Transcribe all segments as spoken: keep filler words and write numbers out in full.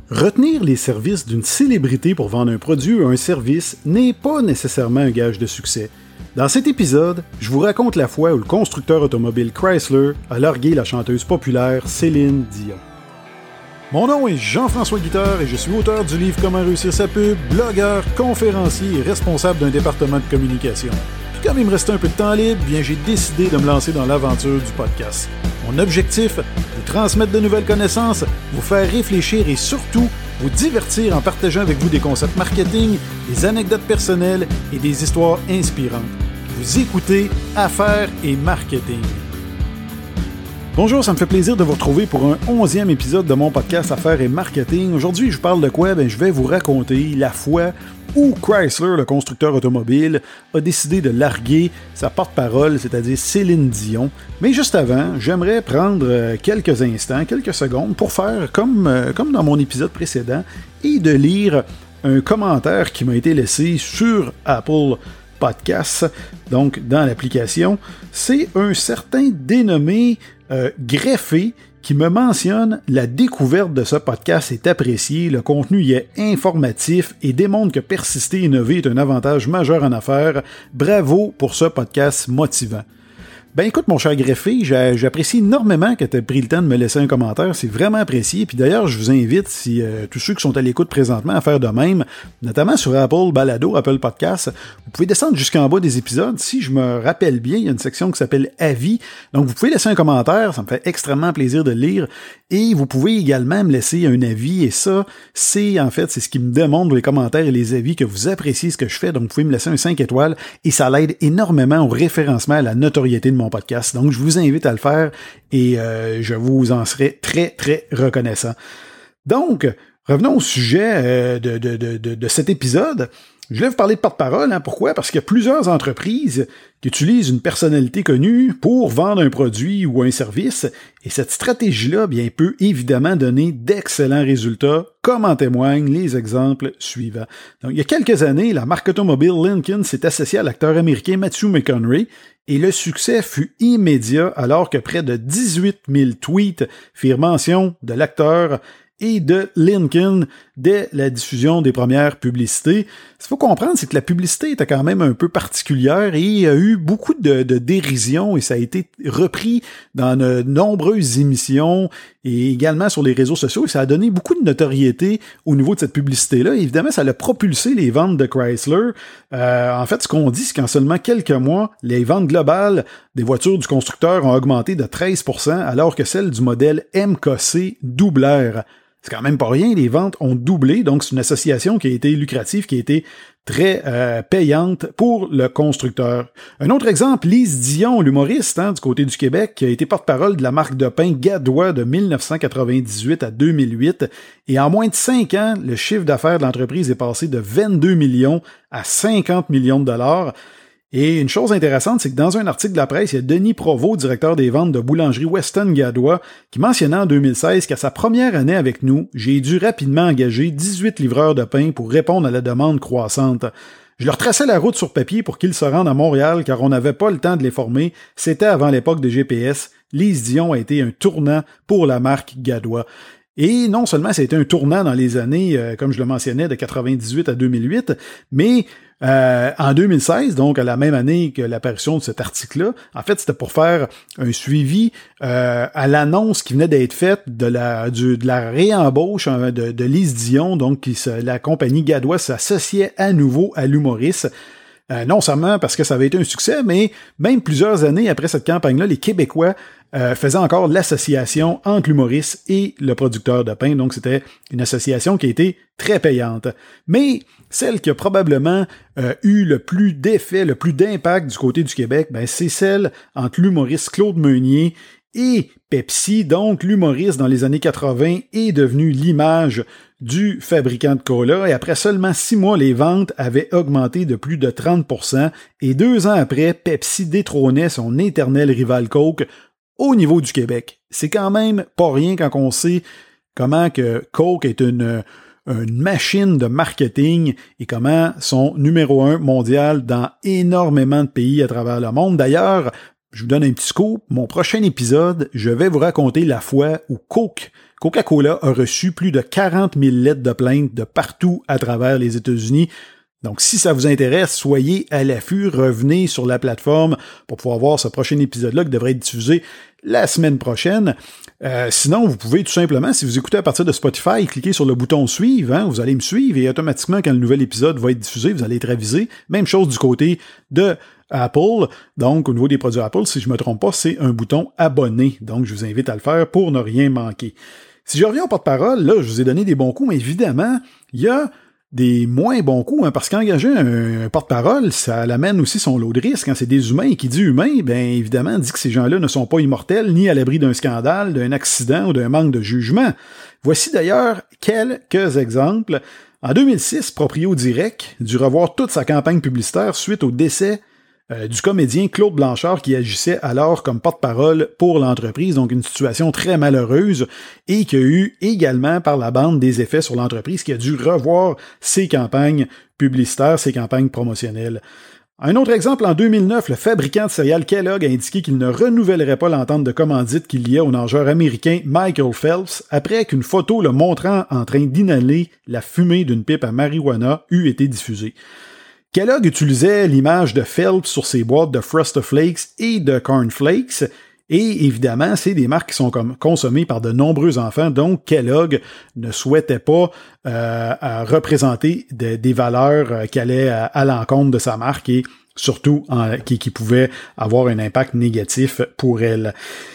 Retenir les services d'une célébrité pour vendre un produit ou un service n'est pas nécessairement un gage de succès. Dans cet épisode, je vous raconte la fois où le constructeur automobile Chrysler a largué la chanteuse populaire Céline Dion. Mon nom est Jean-François Guitard et je suis auteur du livre Comment réussir sa pub, blogueur, conférencier et responsable d'un département de communication. Puis comme il me restait un peu de temps libre, bien j'ai décidé de me lancer dans l'aventure du podcast. Mon objectif, vous transmettre de nouvelles connaissances, vous faire réfléchir et surtout vous divertir en partageant avec vous des concepts marketing, des anecdotes personnelles et des histoires inspirantes. Vous écoutez Affaires et Marketing. Bonjour, ça me fait plaisir de vous retrouver pour un onzième épisode de mon podcast Affaires et Marketing. Aujourd'hui, je vous parle de quoi? Ben, je vais vous raconter la fois où Chrysler, le constructeur automobile, a décidé de larguer sa porte-parole, c'est-à-dire Céline Dion. Mais juste avant, j'aimerais prendre quelques instants, quelques secondes pour faire comme, comme dans mon épisode précédent et de lire un commentaire qui m'a été laissé sur Apple Podcasts, donc dans l'application. C'est un certain dénommé euh, Greffé qui me mentionne « La découverte de ce podcast est appréciée, le contenu y est informatif et démontre que persister et innover est un avantage majeur en affaires. Bravo pour ce podcast motivant. » Ben écoute, mon cher Greffé, j'apprécie énormément que tu aies pris le temps de me laisser un commentaire, c'est vraiment apprécié. Puis d'ailleurs, je vous invite, si euh, tous ceux qui sont à l'écoute présentement, à faire de même, notamment sur Apple Balado, Apple Podcasts. Vous pouvez descendre jusqu'en bas des épisodes. Si je me rappelle bien, il y a une section qui s'appelle Avis. Donc vous pouvez laisser un commentaire, ça me fait extrêmement plaisir de le lire. Et vous pouvez également me laisser un avis. Et ça, c'est en fait, c'est ce qui me démontre les commentaires et les avis que vous appréciez ce que je fais. Donc vous pouvez me laisser un cinq étoiles et ça l'aide énormément au référencement, à la notoriété de mon podcast. Donc, je vous invite à le faire et euh, je vous en serai très, très reconnaissant. Donc, revenons au sujet euh, de, de, de, de, de cet épisode. Je voulais vous parler de porte-parole. Hein. Pourquoi? Parce qu'il y a plusieurs entreprises qui utilisent une personnalité connue pour vendre un produit ou un service. Et cette stratégie-là, bien, peut évidemment donner d'excellents résultats, comme en témoignent les exemples suivants. Donc, il y a quelques années, la marque automobile Lincoln s'est associée à l'acteur américain Matthew McConaughey. Et le succès fut immédiat alors que près de dix-huit mille tweets firent mention de l'acteur et de Lincoln dès la diffusion des premières publicités. Ce qu'il faut comprendre, c'est que la publicité était quand même un peu particulière et il y a eu beaucoup de, de dérision et ça a été repris dans de nombreuses émissions et également sur les réseaux sociaux et ça a donné beaucoup de notoriété au niveau de cette publicité-là. Et évidemment, ça a propulsé les ventes de Chrysler. Euh, en fait, ce qu'on dit, c'est qu'en seulement quelques mois, les ventes globales des voitures du constructeur ont augmenté de treize pour cent alors que celles du modèle M K C doublèrent. C'est quand même pas rien, les ventes ont doublé, donc c'est une association qui a été lucrative, qui a été très euh, payante pour le constructeur. Un autre exemple, Lise Dion, l'humoriste hein, du côté du Québec, qui a été porte-parole de la marque de pain Gadois de dix-neuf cent quatre-vingt-dix-huit à deux mille huit, et en moins de cinq ans, le chiffre d'affaires de l'entreprise est passé de vingt-deux millions à cinquante millions de dollars. Et une chose intéressante, c'est que dans un article de la presse, il y a Denis Provost, directeur des ventes de boulangerie Weston Gadois, qui mentionnait en deux mille seize qu'à sa première année avec nous, j'ai dû rapidement engager dix-huit livreurs de pain pour répondre à la demande croissante. Je leur traçais la route sur papier pour qu'ils se rendent à Montréal car on n'avait pas le temps de les former. C'était avant l'époque des G P S. Lise Dion a été un tournant pour la marque Gadois. Et non seulement ça a été un tournant dans les années, euh, comme je le mentionnais, de quatre-vingt-dix-huit à deux mille huit, mais euh, en deux mille seize, donc à la même année que l'apparition de cet article-là, en fait, c'était pour faire un suivi euh, à l'annonce qui venait d'être faite de la du, de la réembauche hein, de, de Lise Dion, donc qui se, la compagnie Gadois s'associait à nouveau à l'humoriste. Euh, non seulement parce que ça avait été un succès, mais même plusieurs années après cette campagne-là, les Québécois euh, faisaient encore l'association entre l'humoriste et le producteur de pain. Donc, c'était une association qui a été très payante. Mais celle qui a probablement euh, eu le plus d'effet, le plus d'impact du côté du Québec, ben, c'est celle entre l'humoriste Claude Meunier et Pepsi. Donc, l'humoriste dans les années quatre-vingts est devenu l'image du fabricant de cola et après seulement six mois, les ventes avaient augmenté de plus de trente pour cent et deux ans après, Pepsi détrônait son éternel rival Coke au niveau du Québec. C'est quand même pas rien quand on sait comment que Coke est une, une machine de marketing et comment sont numéro un mondial dans énormément de pays à travers le monde. D'ailleurs, je vous donne un petit scoop. Mon prochain épisode, je vais vous raconter la fois où Coke Coca-Cola a reçu plus de quarante mille lettres de plainte de partout à travers les États-Unis. Donc, si ça vous intéresse, soyez à l'affût, revenez sur la plateforme pour pouvoir voir ce prochain épisode-là qui devrait être diffusé la semaine prochaine. Euh, sinon, vous pouvez tout simplement, si vous écoutez à partir de Spotify, cliquer sur le bouton « Suivre hein, », vous allez me suivre et automatiquement, quand le nouvel épisode va être diffusé, vous allez être avisé. Même chose du côté de Apple. Donc, au niveau des produits Apple, si je ne me trompe pas, c'est un bouton « Abonner ». Donc, je vous invite à le faire pour ne rien manquer. Si je reviens au porte-parole, là, je vous ai donné des bons coups, mais évidemment, il y a des moins bons coups, hein, parce qu'engager un, un porte-parole, ça amène aussi son lot de risques. Quand c'est des humains, et qui dit humain, bien évidemment, dit que ces gens-là ne sont pas immortels, ni à l'abri d'un scandale, d'un accident ou d'un manque de jugement. Voici d'ailleurs quelques exemples. En deux mille six, Proprio Direct dut revoir toute sa campagne publicitaire suite au décès Euh, du comédien Claude Blanchard qui agissait alors comme porte-parole pour l'entreprise, donc une situation très malheureuse et qui a eu également par la bande des effets sur l'entreprise qui a dû revoir ses campagnes publicitaires, ses campagnes promotionnelles. Un autre exemple, en deux mille neuf, le fabricant de céréales Kellogg a indiqué qu'il ne renouvellerait pas l'entente de commandite qu'il y a au nageur américain Michael Phelps après qu'une photo le montrant en train d'inhaler la fumée d'une pipe à marijuana eût été diffusée. Kellogg utilisait l'image de Phelps sur ses boîtes de Frosted Flakes et de Corn Flakes, et évidemment, c'est des marques qui sont comme consommées par de nombreux enfants, donc Kellogg ne souhaitait pas euh, représenter de, des valeurs euh, qui allaient à, à l'encontre de sa marque et surtout en, qui, qui pouvaient avoir un impact négatif pour elle.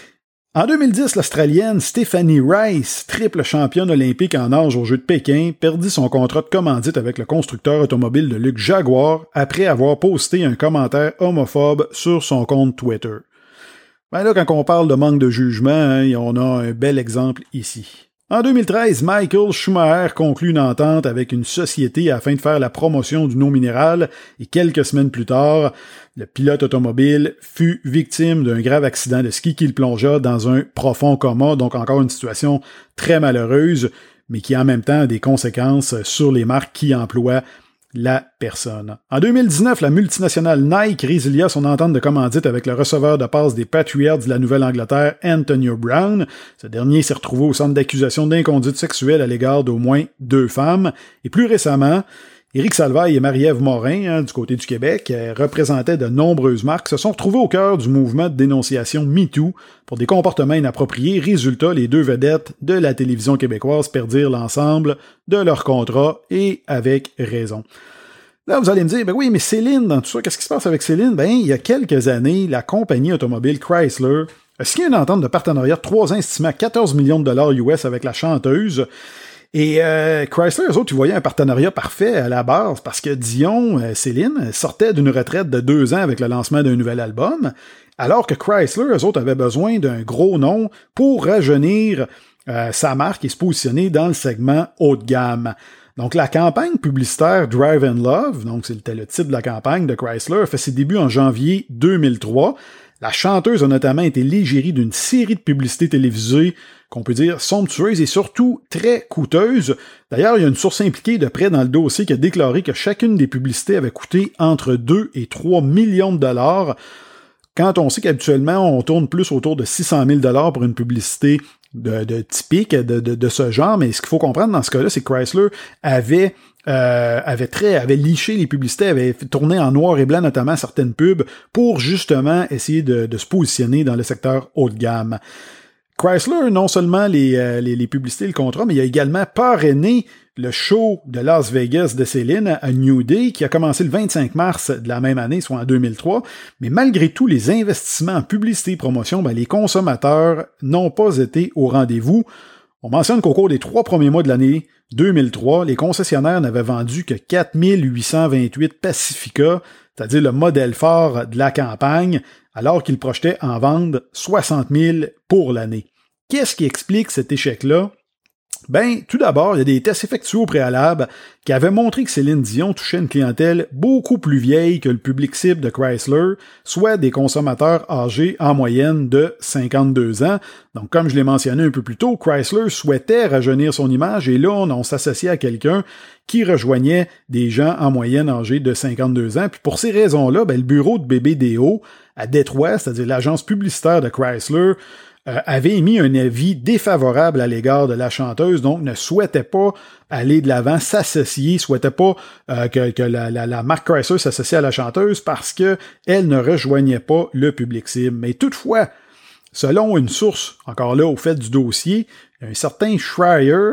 En deux mille dix, l'Australienne Stephanie Rice, triple championne olympique en nage aux Jeux de Pékin, perdit son contrat de commandite avec le constructeur automobile de luxe Jaguar après avoir posté un commentaire homophobe sur son compte Twitter. Ben là, quand on parle de manque de jugement, hein, on a un bel exemple ici. En deux mille treize, Michael Schumacher conclut une entente avec une société afin de faire la promotion d'une eau minérale et quelques semaines plus tard, le pilote automobile fut victime d'un grave accident de ski qui le plongea dans un profond coma, donc encore une situation très malheureuse, mais qui en même temps a des conséquences sur les marques qui emploient la personne. En deux mille dix-neuf, la multinationale Nike résilia son entente de commandite avec le receveur de passe des Patriots de la Nouvelle-Angleterre, Antonio Brown. Ce dernier s'est retrouvé au centre d'accusation d'inconduite sexuelle à l'égard d'au moins deux femmes. Et plus récemment, Éric Salvaille et Marie-Ève Morin, hein, du côté du Québec, euh, représentaient de nombreuses marques, se sont retrouvés au cœur du mouvement de dénonciation MeToo pour des comportements inappropriés. Résultat, les deux vedettes de la télévision québécoise perdirent l'ensemble de leur contrat et avec raison. Là, vous allez me dire, ben oui, mais Céline, dans tout ça, qu'est-ce qui se passe avec Céline? Ben, il y a quelques années, la compagnie automobile Chrysler a signé une entente de partenariat de trois ans estimée à quatorze millions de dollars U S avec la chanteuse. Et euh, Chrysler, eux autres, ils voyaient un partenariat parfait à la base parce que Dion, euh, Céline, sortait d'une retraite de deux ans avec le lancement d'un nouvel album, alors que Chrysler, eux autres, avaient besoin d'un gros nom pour rajeunir euh, sa marque et se positionner dans le segment haut de gamme. Donc, la campagne publicitaire Drive and Love, donc c'était le titre de la campagne de Chrysler, a fait ses débuts en janvier deux mille trois. La chanteuse a notamment été l'égérie d'une série de publicités télévisées qu'on peut dire somptueuses et surtout très coûteuses. D'ailleurs, il y a une source impliquée de près dans le dossier qui a déclaré que chacune des publicités avait coûté entre deux et trois millions de dollars, quand on sait qu'habituellement, on tourne plus autour de six cent mille dollars pour une publicité de, de typique de, de, de ce genre. Mais ce qu'il faut comprendre dans ce cas-là, c'est que Chrysler avait Euh, avait très, avait liché les publicités, avait tourné en noir et blanc notamment certaines pubs pour justement essayer de, de se positionner dans le secteur haut de gamme. Chrysler, non seulement les, euh, les, les publicités et le contrat, mais il a également parrainé le show de Las Vegas de Céline à New Day, qui a commencé le vingt-cinq mars de la même année, soit en deux mille trois. Mais malgré tous les investissements en publicité et promotion, ben, les consommateurs n'ont pas été au rendez-vous. On mentionne qu'au cours des trois premiers mois de l'année deux mille trois, les concessionnaires n'avaient vendu que quatre mille huit cent vingt-huit Pacifica, c'est-à-dire le modèle phare de la campagne, alors qu'ils projetaient en vendre soixante mille pour l'année. Qu'est-ce qui explique cet échec-là? Ben, tout d'abord, il y a des tests effectués au préalable qui avaient montré que Céline Dion touchait une clientèle beaucoup plus vieille que le public cible de Chrysler, soit des consommateurs âgés en moyenne de cinquante-deux ans. Donc, comme je l'ai mentionné un peu plus tôt, Chrysler souhaitait rajeunir son image et là, on, on s'associait à quelqu'un qui rejoignait des gens en moyenne âgés de cinquante-deux ans. Puis pour ces raisons-là, ben, le bureau de B B D O à Détroit, c'est-à-dire l'agence publicitaire de Chrysler, euh, avait émis un avis défavorable à l'égard de la chanteuse, donc ne souhaitait pas aller de l'avant, s'associer, souhaitait pas euh, que, que la, la, la marque Chrysler s'associe à la chanteuse parce que elle ne rejoignait pas le public cible. Mais toutefois, selon une source, encore là, au fait du dossier, un certain Schreier,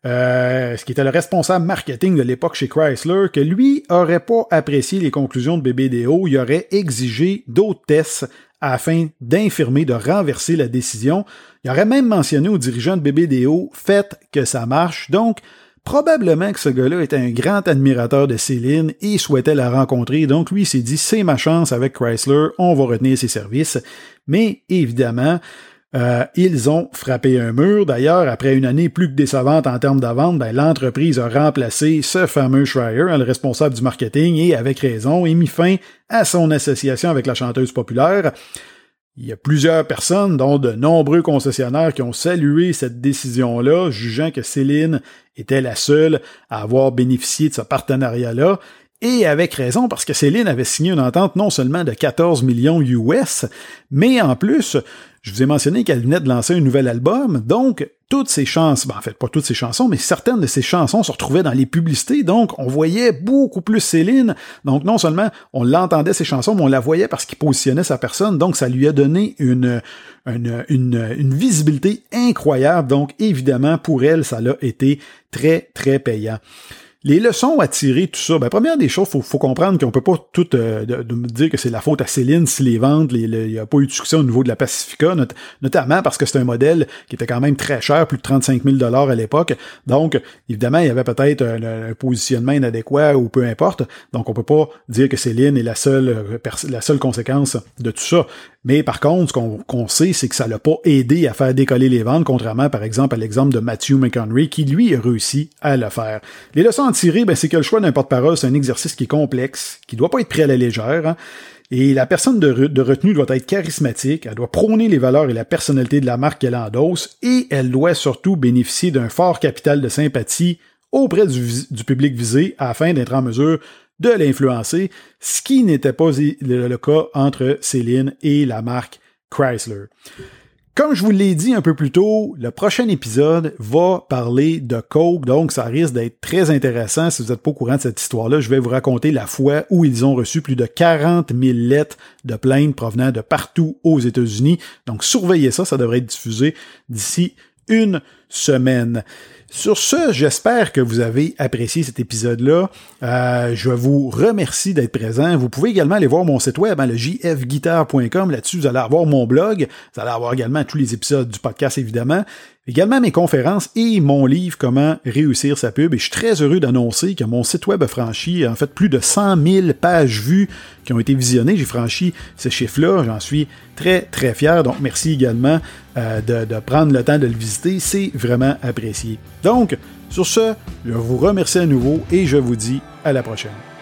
euh, ce qui était le responsable marketing de l'époque chez Chrysler, que lui aurait pas apprécié les conclusions de B B D O, il aurait exigé d'autres tests afin d'infirmer, de renverser la décision. Il aurait même mentionné aux dirigeants de B B D O, faites que ça marche. Donc, probablement que ce gars-là était un grand admirateur de Céline et souhaitait la rencontrer. Donc, lui, il s'est dit, c'est ma chance avec Chrysler, on va retenir ses services. Mais, évidemment, euh, ils ont frappé un mur. D'ailleurs, après une année plus que décevante en termes de vente, ben, l'entreprise a remplacé ce fameux Schreier, le responsable du marketing, et avec raison, et mis fin à son association avec la chanteuse populaire. Il y a plusieurs personnes, dont de nombreux concessionnaires, qui ont salué cette décision-là, jugeant que Céline était la seule à avoir bénéficié de ce partenariat-là. Et avec raison, parce que Céline avait signé une entente non seulement de quatorze millions U S, mais en plus, je vous ai mentionné qu'elle venait de lancer un nouvel album, donc toutes ses chansons, ben en fait pas toutes ses chansons, mais certaines de ses chansons se retrouvaient dans les publicités, donc on voyait beaucoup plus Céline. Donc non seulement on l'entendait ses chansons, mais on la voyait parce qu'il positionnait sa personne, donc ça lui a donné une, une, une, une visibilité incroyable. Donc évidemment, pour elle, ça l'a été très, très payant. Les leçons à tirer, tout ça, ben, première des choses, faut, faut comprendre qu'on peut pas tout euh, de, de dire que c'est la faute à Céline si les ventes, il n'y a pas eu de succès au niveau de la Pacifica, not- notamment parce que c'est un modèle qui était quand même très cher, plus de trente-cinq mille dollars à l'époque. Donc, évidemment, il y avait peut-être un, un positionnement inadéquat ou peu importe. Donc, on peut pas dire que Céline est la seule, la seule conséquence de tout ça. Mais par contre, ce qu'on, qu'on sait, c'est que ça l'a pas aidé à faire décoller les ventes, contrairement, par exemple, à l'exemple de Matthew McConaughey, qui, lui, a réussi à le faire. Les leçons à tirer, ben, c'est que le choix d'un porte-parole, c'est un exercice qui est complexe, qui doit pas être pris à la légère, hein. Et la personne de, re- de retenue doit être charismatique, elle doit prôner les valeurs et la personnalité de la marque qu'elle endosse, et elle doit surtout bénéficier d'un fort capital de sympathie auprès du, du public visé afin d'être en mesure de l'influencer, ce qui n'était pas le, le cas entre Céline et la marque Chrysler. Comme je vous l'ai dit un peu plus tôt, le prochain épisode va parler de Coke, donc ça risque d'être très intéressant. Si vous n'êtes pas au courant de cette histoire-là, je vais vous raconter la fois où ils ont reçu plus de quarante mille lettres de plaintes provenant de partout aux États-Unis. Donc surveillez ça, ça devrait être diffusé d'ici une semaine. Sur ce, j'espère que vous avez apprécié cet épisode-là. Euh, je vous remercie d'être présent. Vous pouvez également aller voir mon site web, hein, le j f guitar point com. Là-dessus, vous allez avoir mon blog. Vous allez avoir également tous les épisodes du podcast, évidemment. Également mes conférences et mon livre « Comment réussir sa pub ». Et je suis très heureux d'annoncer que mon site web a franchi en fait plus de cent mille pages vues qui ont été visionnées. J'ai franchi ce chiffre-là. J'en suis très, très fier. Donc, merci également euh, de, de prendre le temps de le visiter. C'est vraiment apprécié. Donc, sur ce, je vous remercie à nouveau et je vous dis à la prochaine.